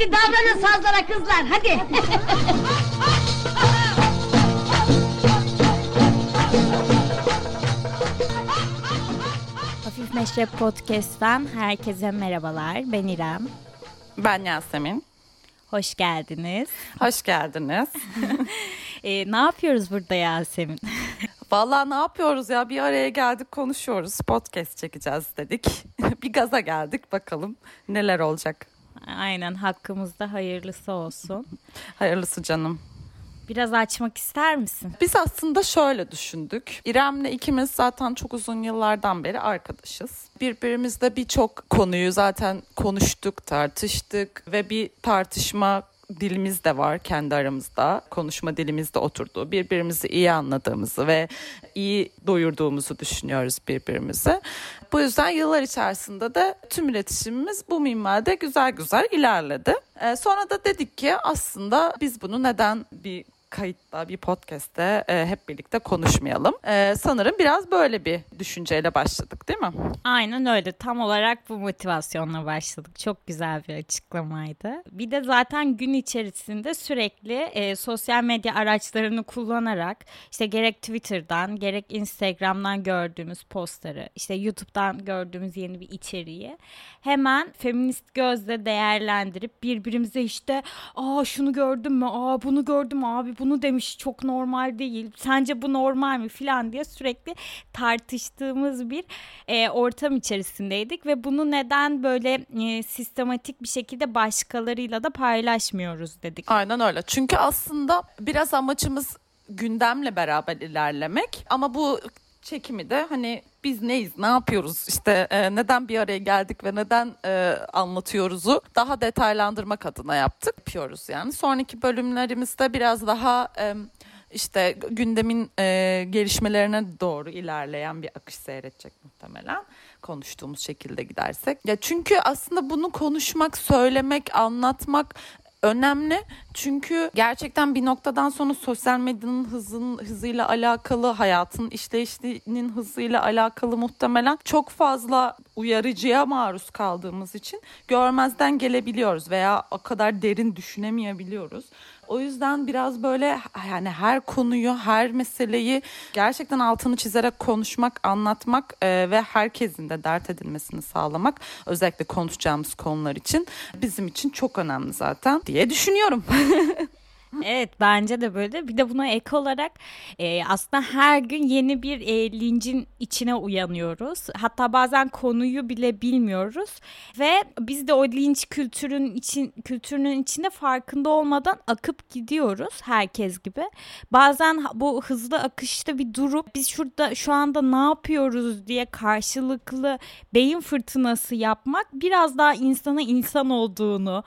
Hadi davranın sazlara kızlar, hadi! Hafif Meşrep Podcast'tan herkese merhabalar. Ben İrem. Ben Yasemin. Hoş geldiniz. Hoş geldiniz. Ne yapıyoruz burada Yasemin? Vallahi ne yapıyoruz ya? Bir araya geldik, konuşuyoruz. Podcast çekeceğiz dedik. Bir gaza geldik, bakalım neler olacak. Aynen, hakkımızda hayırlısı olsun. Hayırlısı canım. Biraz açmak ister misin? Biz aslında şöyle düşündük. İrem'le ikimiz zaten çok uzun yıllardan beri arkadaşız. Birbirimizle birçok konuyu zaten konuştuk, tartıştık ve bir tartışma dilimiz de var kendi aramızda. Konuşma dilimizde oturduğu, birbirimizi iyi anladığımızı ve iyi doyurduğumuzu düşünüyoruz birbirimizi. Bu yüzden yıllar içerisinde de tüm iletişimimiz bu minvalde güzel güzel ilerledi. Sonra da dedik ki aslında biz bunu neden bir kayıtta, bir podcast'te hep birlikte konuşmayalım. Sanırım biraz böyle bir düşünceyle başladık, değil mi? Aynen öyle. Tam olarak bu motivasyonla başladık. Çok güzel bir açıklamaydı. Bir de zaten gün içerisinde sürekli sosyal medya araçlarını kullanarak işte gerek Twitter'dan gerek Instagram'dan gördüğümüz postları, işte YouTube'dan gördüğümüz yeni bir içeriği hemen feminist gözle değerlendirip birbirimize işte şunu gördün mü? Bunu gördüm abi, bunu demiş, çok normal değil. Sence bu normal mi filan diye sürekli tartıştığımız bir ortam içerisindeydik ve bunu neden böyle sistematik bir şekilde başkalarıyla da paylaşmıyoruz dedik. Aynen öyle. Çünkü aslında biraz amacımız gündemle beraber ilerlemek ama bu çekimi de hani biz neyiz, ne yapıyoruz, işte neden bir araya geldik ve neden anlatıyoruzu daha detaylandırmak adına yapıyoruz yani. Sonraki bölümlerimizde biraz daha işte gündemin gelişmelerine doğru ilerleyen bir akış seyredecek muhtemelen, konuştuğumuz şekilde gidersek. Ya çünkü aslında bunu konuşmak, söylemek, anlatmak önemli. Çünkü gerçekten bir noktadan sonra sosyal medyanın hızıyla alakalı, hayatın işleyişinin hızıyla alakalı muhtemelen çok fazla uyarıcıya maruz kaldığımız için görmezden gelebiliyoruz veya o kadar derin düşünemeyebiliyoruz. O yüzden biraz böyle yani her konuyu, her meseleyi gerçekten altını çizerek konuşmak, anlatmak ve herkesin de dert edilmesini sağlamak, özellikle konuşacağımız konular için bizim için çok önemli zaten diye düşünüyorum. Evet, bence de böyle. Bir de buna ek olarak aslında her gün yeni bir lincin içine uyanıyoruz. Hatta bazen konuyu bile bilmiyoruz ve biz de o linç kültürünün içinde farkında olmadan akıp gidiyoruz herkes gibi. Bazen bu hızlı akışta bir durup biz şu anda ne yapıyoruz diye karşılıklı beyin fırtınası yapmak biraz daha insana insan olduğunu,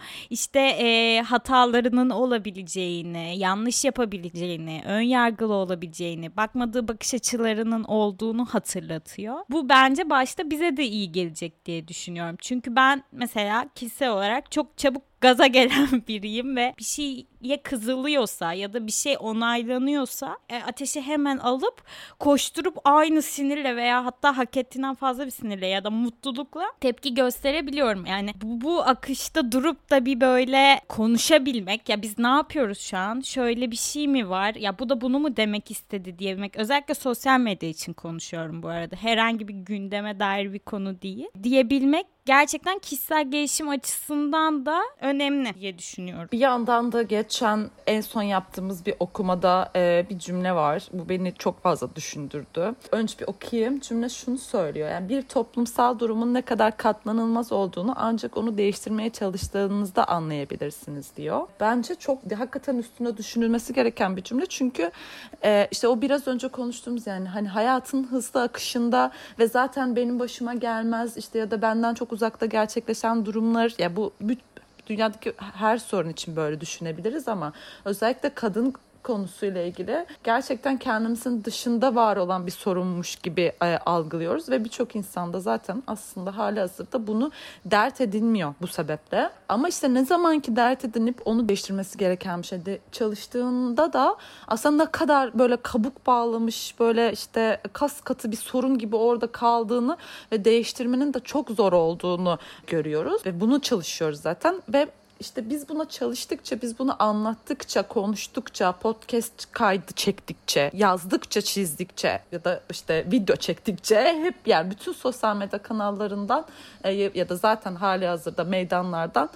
işte hatalarının olabileceğini, yanlış yapabileceğini, ön yargılı olabileceğini, bakmadığı bakış açılarının olduğunu hatırlatıyor. Bu bence başta bize de iyi gelecek diye düşünüyorum. Çünkü ben mesela kişisel olarak çok çabuk gaza gelen biriyim ve bir şeye kızılıyorsa ya da bir şey onaylanıyorsa ateşi hemen alıp koşturup aynı sinirle veya hatta hak ettiğinden fazla bir sinirle ya da mutlulukla tepki gösterebiliyorum. Yani bu akışta durup da bir böyle konuşabilmek, ya biz ne yapıyoruz şu an, şöyle bir şey mi var, ya bu da bunu mu demek istedi diyebilmek, özellikle sosyal medya için konuşuyorum bu arada, herhangi bir gündeme dair bir konu değil, diyebilmek gerçekten kişisel gelişim açısından da önemli diye düşünüyorum. Bir yandan da geçen en son yaptığımız bir okumada bir cümle var. Bu beni çok fazla düşündürdü. Önce bir okuyayım. Cümle şunu söylüyor. Yani bir toplumsal durumun ne kadar katlanılmaz olduğunu ancak onu değiştirmeye çalıştığınızda anlayabilirsiniz diyor. Bence çok hakikaten üstüne düşünülmesi gereken bir cümle. Çünkü işte o biraz önce konuştuğumuz, yani hani hayatın hızlı akışında ve zaten benim başıma gelmez işte ya da benden çok uzakta gerçekleşen durumlar, ya bu dünyadaki her sorun için böyle düşünebiliriz ama özellikle kadın konusuyla ilgili gerçekten kendimizin dışında var olan bir sorunmuş gibi algılıyoruz ve birçok insanda zaten aslında halihazırda bunu dert edinmiyor bu sebeple. Ama işte ne zamanki dert edinip onu değiştirmesi gereken bir şeyde çalıştığında da aslında ne kadar böyle kabuk bağlamış, böyle işte kas katı bir sorun gibi orada kaldığını ve değiştirmenin de çok zor olduğunu görüyoruz ve bunu çalışıyoruz zaten ve İşte biz buna çalıştıkça, biz bunu anlattıkça, konuştukça, podcast kaydı çektikçe, yazdıkça, çizdikçe ya da işte video çektikçe hep yani bütün sosyal medya kanallarından ya da zaten hali hazırda meydanlardan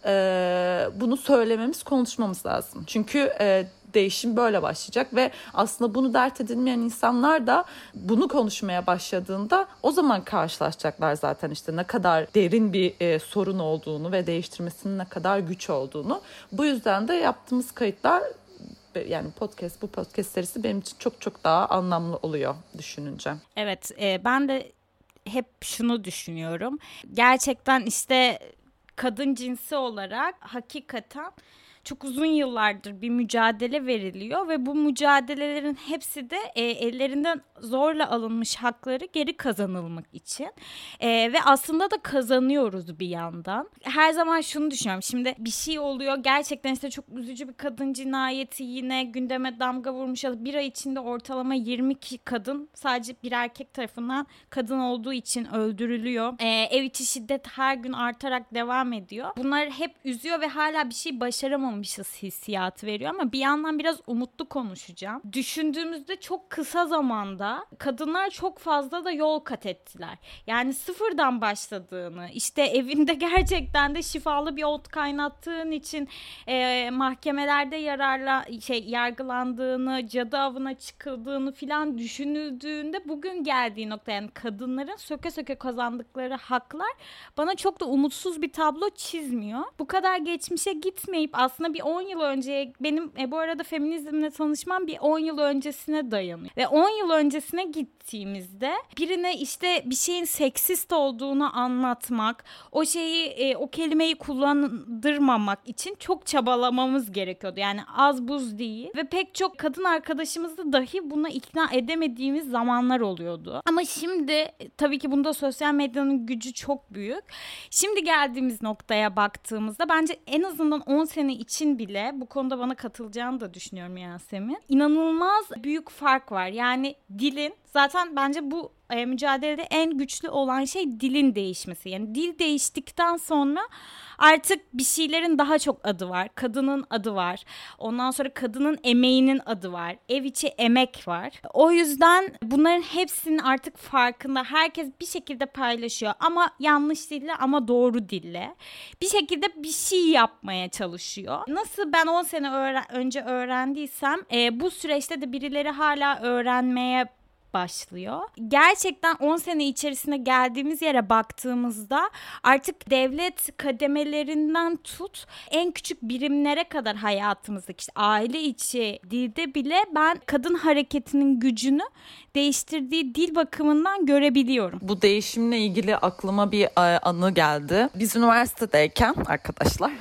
bunu söylememiz, konuşmamız lazım. Çünkü değişim böyle başlayacak ve aslında bunu dert edinmeyen insanlar da bunu konuşmaya başladığında o zaman karşılaşacaklar zaten işte ne kadar derin bir sorun olduğunu ve değiştirmesinin ne kadar güç olduğunu. Bu yüzden de yaptığımız kayıtlar, yani bu podcast serisi benim için çok çok daha anlamlı oluyor düşününce. Evet, ben de hep şunu düşünüyorum. Gerçekten işte kadın cinsi olarak hakikaten çok uzun yıllardır bir mücadele veriliyor ve bu mücadelelerin hepsi de ellerinden zorla alınmış hakları geri kazanılmak için ve aslında da kazanıyoruz bir yandan. Her zaman şunu düşünüyorum, şimdi bir şey oluyor gerçekten, işte çok üzücü bir kadın cinayeti yine gündeme damga vurmuş. Bir ay içinde ortalama 20 kadın sadece bir erkek tarafından kadın olduğu için öldürülüyor. Ev içi şiddet her gün artarak devam ediyor. Bunlar hep üzüyor ve hala bir şey başaramamışız hissiyatı veriyor ama bir yandan biraz umutlu konuşacağım. Düşündüğümüzde çok kısa zamanda kadınlar çok fazla da yol kat ettiler. Yani sıfırdan başladığını, işte evinde gerçekten de şifalı bir ot kaynattığın için mahkemelerde yargılandığını, cadı avına çıkıldığını filan düşünüldüğünde bugün geldiği nokta, yani kadınların söke söke kazandıkları haklar bana çok da umutsuz bir tablo çizmiyor. Bu kadar geçmişe gitmeyip aslında bir 10 yıl önceye, benim bu arada feminizmle tanışmam bir 10 yıl öncesine dayanıyor. Ve 10 yıl öncesine gittiğimizde birine işte bir şeyin seksist olduğunu anlatmak, o kelimeyi kullandırmamak için çok çabalamamız gerekiyordu. Yani az buz değil ve pek çok kadın arkadaşımızı dahi buna ikna edemediğimiz zamanlar oluyordu. Ama şimdi tabii ki bunda sosyal medyanın gücü çok büyük. Şimdi geldiğimiz noktaya baktığımızda bence en azından 10 sene için bile, bu konuda bana katılacağını da düşünüyorum Yasemin, İnanılmaz büyük fark var. Yani dilin, zaten bence bu mücadelede en güçlü olan şey dilin değişmesi. Yani dil değiştikten sonra artık bir şeylerin daha çok adı var. Kadının adı var. Ondan sonra kadının emeğinin adı var. Ev içi emek var. O yüzden bunların hepsinin artık farkında. Herkes bir şekilde paylaşıyor. Ama yanlış dille ama doğru dille. Bir şekilde bir şey yapmaya çalışıyor. Nasıl ben 10 sene önce öğrendiysem bu süreçte de birileri hala öğrenmeye başlıyor. Gerçekten 10 sene içerisinde geldiğimiz yere baktığımızda artık devlet kademelerinden tut en küçük birimlere kadar hayatımızdaki işte aile içi dilde bile ben kadın hareketinin gücünü değiştirdiği dil bakımından görebiliyorum. Bu değişimle ilgili aklıma bir anı geldi. Biz üniversitedeyken arkadaşlar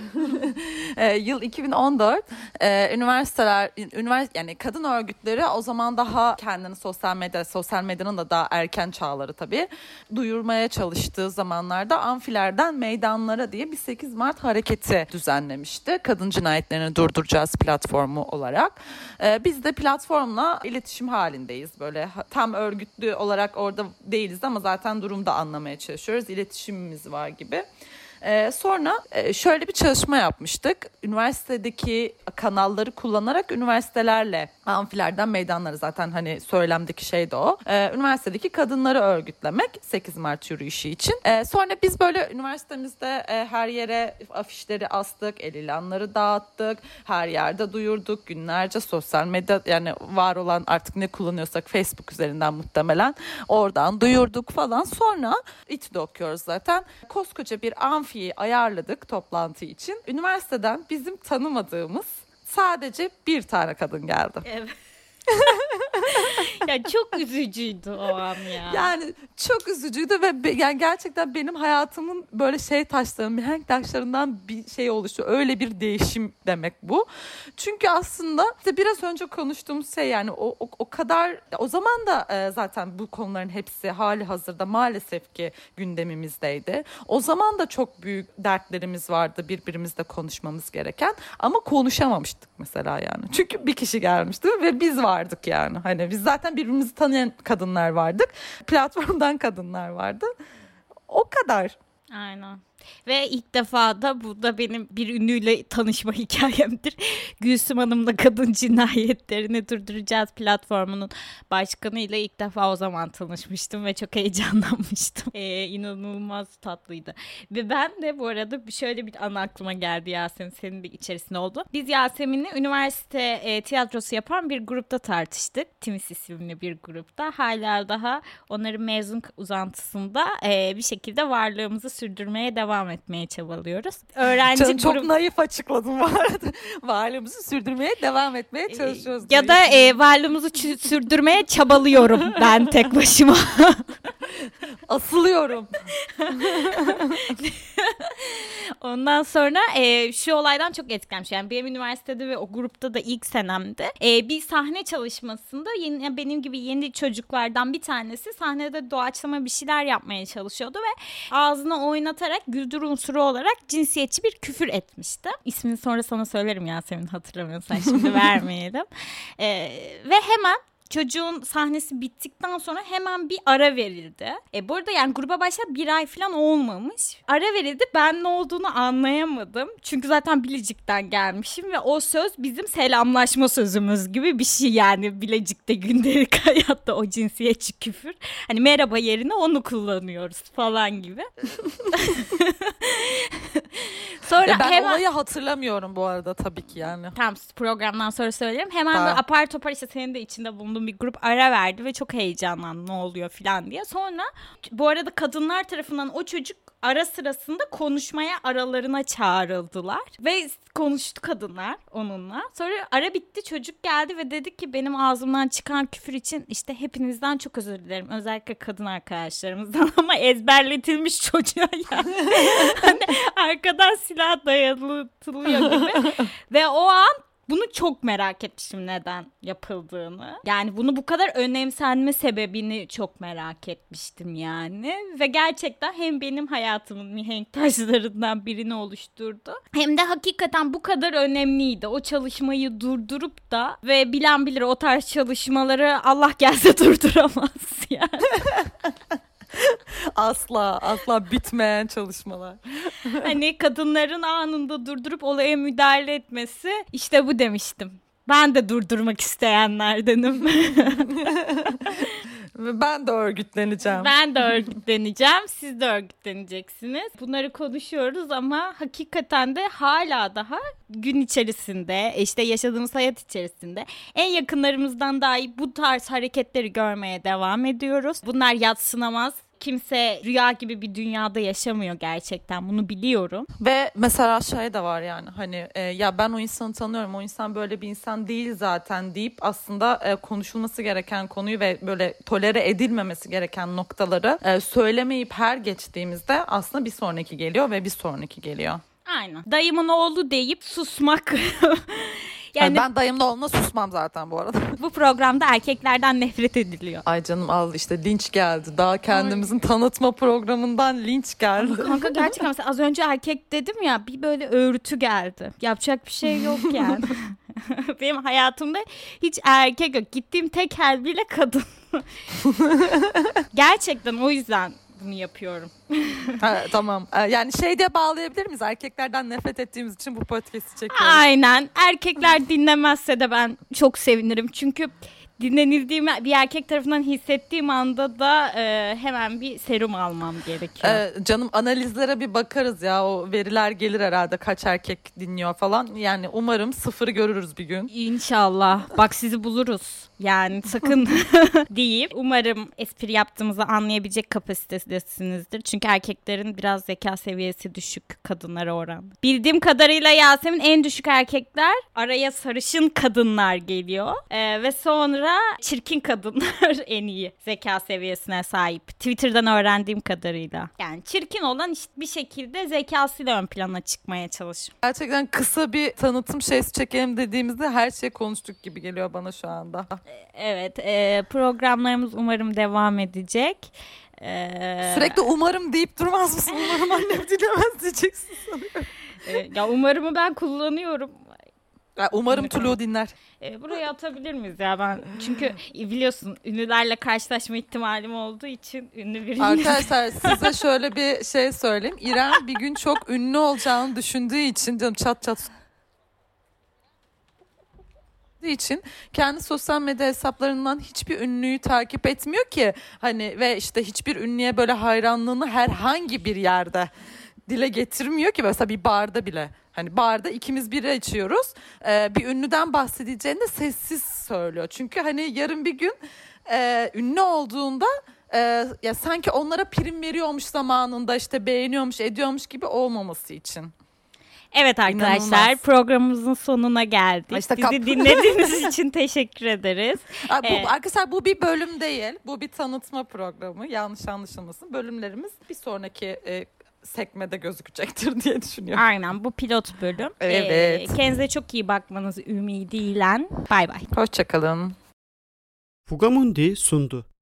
yıl 2014 yani kadın örgütleri o zaman daha kendini sosyal medyanın da daha erken çağları tabii duyurmaya çalıştığı zamanlarda amfilerden meydanlara diye bir 8 Mart hareketi düzenlemişti. Kadın cinayetlerini durduracağız platformu olarak. Biz de platformla iletişim halindeyiz. Böyle tam örgütlü olarak orada değiliz ama zaten durumu da anlamaya çalışıyoruz. İletişimimiz var gibi. Sonra şöyle bir çalışma yapmıştık. Üniversitedeki kanalları kullanarak üniversitelerle amfilerden meydanları, zaten hani söylemdeki şey de o. Üniversitedeki kadınları örgütlemek 8 Mart yürüyüşü için. Sonra biz böyle üniversitemizde her yere afişleri astık, el ilanları dağıttık. Her yerde duyurduk. Günlerce sosyal medya, yani var olan artık ne kullanıyorsak Facebook üzerinden muhtemelen oradan duyurduk falan. Sonra İTÜ'de okuyoruz zaten. Koskoca bir amfiyi ayarladık toplantı için. Üniversiteden bizim tanımadığımız sadece bir tane kadın geldi. Evet. Ya çok üzücüydü o an ya. Yani çok üzücüydü ve yani gerçekten benim hayatımın böyle taşlarının, mihenk taşlarından bir şey oluşu. Öyle bir değişim demek bu. Çünkü aslında işte biraz önce konuştuğumuz şey, yani o kadar, o zaman da zaten bu konuların hepsi hali hazırda maalesef ki gündemimizdeydi. O zaman da çok büyük dertlerimiz vardı, birbirimizle konuşmamız gereken, ama konuşamamıştık mesela yani. Çünkü bir kişi gelmişti ve biz vardık yani. Hani biz zaten birbirimizi tanıyan kadınlar vardık. Platformdan kadınlar vardı. O kadar. Aynen. Ve ilk defa da bu da benim bir ünlüyle tanışma hikayemdir. Gülsüm Hanım'la Kadın Cinayetlerini Durduracağız platformunun başkanıyla ilk defa o zaman tanışmıştım ve çok heyecanlanmıştım. İnanılmaz tatlıydı. Ve ben de bu arada şöyle bir an aklıma geldi Yasemin, senin de içerisinde oldu. Biz Yasemin'le üniversite tiyatrosu yapan bir grupta tartıştık. Timis isimli bir grupta. Hala daha onların mezun uzantısında bir şekilde varlığımızı sürdürmeye devam etmeye çabalıyoruz. Öğrenci Canım çok naif açıkladım bu arada. Varlığımızı sürdürmeye devam etmeye çalışıyoruz. Ya da varlığımızı sürdürmeye çabalıyorum ben tek başıma. Asılıyorum. Ondan sonra şu olaydan çok etkilenmiş. Yani benim üniversitede ve o grupta da ilk senemde bir sahne çalışmasında benim gibi yeni çocuklardan bir tanesi sahnede doğaçlama bir şeyler yapmaya çalışıyordu ve ağzına oynatarak güldür unsuru olarak cinsiyetçi bir küfür etmişti. İsmini sonra sana söylerim Yasemin, hatırlamıyorsan şimdi vermeyelim. Ve hemen çocuğun sahnesi bittikten sonra hemen bir ara verildi. Bu arada yani gruba başlayalı 1 ay falan olmamış. Ara verildi. Ben ne olduğunu anlayamadım. Çünkü zaten Bilecik'ten gelmişim ve o söz bizim selamlaşma sözümüz gibi bir şey yani. Bilecik'te gündelik hayatta o cinsiyetçi küfür. Hani merhaba yerine onu kullanıyoruz falan gibi. Sonra ben hemen... olayı hatırlamıyorum bu arada tabii ki yani. Tamam, programdan sonra söylerim. Hemen Tamam. böyle apar topar işte senin de içinde bulunduğun bir grup ara verdi ve çok heyecanlandı ne oluyor falan diye. Sonra bu arada kadınlar tarafından o çocuk ara sırasında konuşmaya aralarına çağrıldılar. Ve konuştu kadınlar onunla. Sonra ara bitti, çocuk geldi ve dedi ki benim ağzımdan çıkan küfür için işte hepinizden çok özür dilerim. Özellikle kadın arkadaşlarımızdan ama ezberletilmiş çocuğa yani. Hani arkadan silah dayatılıyor gibi. Ve o an bunu çok merak etmişim neden yapıldığını. Yani bunu bu kadar önemsenme sebebini çok merak etmiştim yani. Ve gerçekten hem benim hayatımın mihenk taşlarından birini oluşturdu. Hem de hakikaten bu kadar önemliydi. O çalışmayı durdurup da ve bilen bilir o tarz çalışmaları Allah gelse durduramaz yani. Asla bitmeyen çalışmalar. Hani kadınların anında durdurup olaya müdahale etmesi, işte bu demiştim. Ben de durdurmak isteyenlerdenim. Ben de örgütleneceğim. Ben de örgütleneceğim. Siz de örgütleneceksiniz. Bunları konuşuyoruz ama hakikaten de hala daha gün içerisinde, işte yaşadığımız hayat içerisinde en yakınlarımızdan dahi bu tarz hareketleri görmeye devam ediyoruz. Bunlar yadsınamaz. Kimse rüya gibi bir dünyada yaşamıyor gerçekten. Bunu biliyorum. Ve mesela şey de var yani hani ya ben o insanı tanıyorum. O insan böyle bir insan değil zaten deyip aslında konuşulması gereken konuyu ve böyle tolere edilmemesi gereken noktaları söylemeyip her geçtiğimizde aslında bir sonraki geliyor ve bir sonraki geliyor. Aynen. Dayımın oğlu deyip susmak. Yani ben dayımın oğluna susmam zaten bu arada. Bu programda erkeklerden nefret ediliyor. Ay canım al işte linç geldi. Daha kendimizin tanıtma programından linç geldi. Kanka gerçekten mesela az önce erkek dedim ya, bir böyle öğrütü geldi. Yapacak bir şey yok yani. Benim hayatımda hiç erkek yok. Gittiğim tek yer bile kadın. Gerçekten o yüzden bunu yapıyorum. Tamam. Yani şey diye bağlayabilir miyiz? Erkeklerden nefret ettiğimiz için bu podcast'i çekiyoruz. Aynen. Erkekler dinlemezse de ben çok sevinirim. Çünkü dinlenildiğimi bir erkek tarafından hissettiğim anda da hemen bir serum almam gerekiyor. Canım analizlere bir bakarız ya. O veriler gelir herhalde kaç erkek dinliyor falan. Yani umarım sıfırı görürüz bir gün. İnşallah. Bak sizi buluruz. Yani sakın deyip umarım espri yaptığımızı anlayabilecek kapasitedesinizdir. Çünkü erkeklerin biraz zeka seviyesi düşük kadınlara oranla. Bildiğim kadarıyla Yasemin en düşük erkekler, araya sarışın kadınlar geliyor. Ve sonra çirkin kadınlar en iyi zeka seviyesine sahip. Twitter'dan öğrendiğim kadarıyla. Yani çirkin olan işte bir şekilde zekasıyla ön plana çıkmaya çalışıyor. Gerçekten kısa bir tanıtım şeysi çekelim dediğimizde her şey konuştuk gibi geliyor bana şu anda. Evet, programlarımız umarım devam edecek. Sürekli umarım deyip durmaz mısın? Umarım annem dinlemez diyeceksin sanıyorum. Ya umarımı ben kullanıyorum. Umarım Tulu dinler. Buraya atabilir miyiz ya ben? Çünkü biliyorsun ünlülerle karşılaşma ihtimalim olduğu için ünlü birini... Arkadaşlar size şöyle bir şey söyleyeyim. İrem bir gün çok ünlü olacağını düşündüğü için canım çat için kendi sosyal medya hesaplarından hiçbir ünlüyü takip etmiyor ki. Hani ve işte hiçbir ünlüye böyle hayranlığını herhangi bir yerde dile getirmiyor ki, mesela bir barda bile. Hani barda ikimiz bira içiyoruz. Bir ünlüden bahsedeceğini de sessiz söylüyor. Çünkü hani yarın bir gün ünlü olduğunda ya sanki onlara prim veriyormuş zamanında, işte beğeniyormuş, ediyormuş gibi olmaması için. Evet arkadaşlar, İnanılmaz. Programımızın sonuna geldik. İşte Bizi dinlediğiniz için teşekkür ederiz. Arkadaşlar bu bir bölüm değil. Bu bir tanıtma programı. Yanlış anlaşılmasın. Bölümlerimiz bir sonraki sekmede gözükecektir diye düşünüyorum. Aynen, bu pilot bölüm. Evet. Kendinize çok iyi bakmanızı ümidiyle. Bay bay. Hoşçakalın. Fugamundi sundu.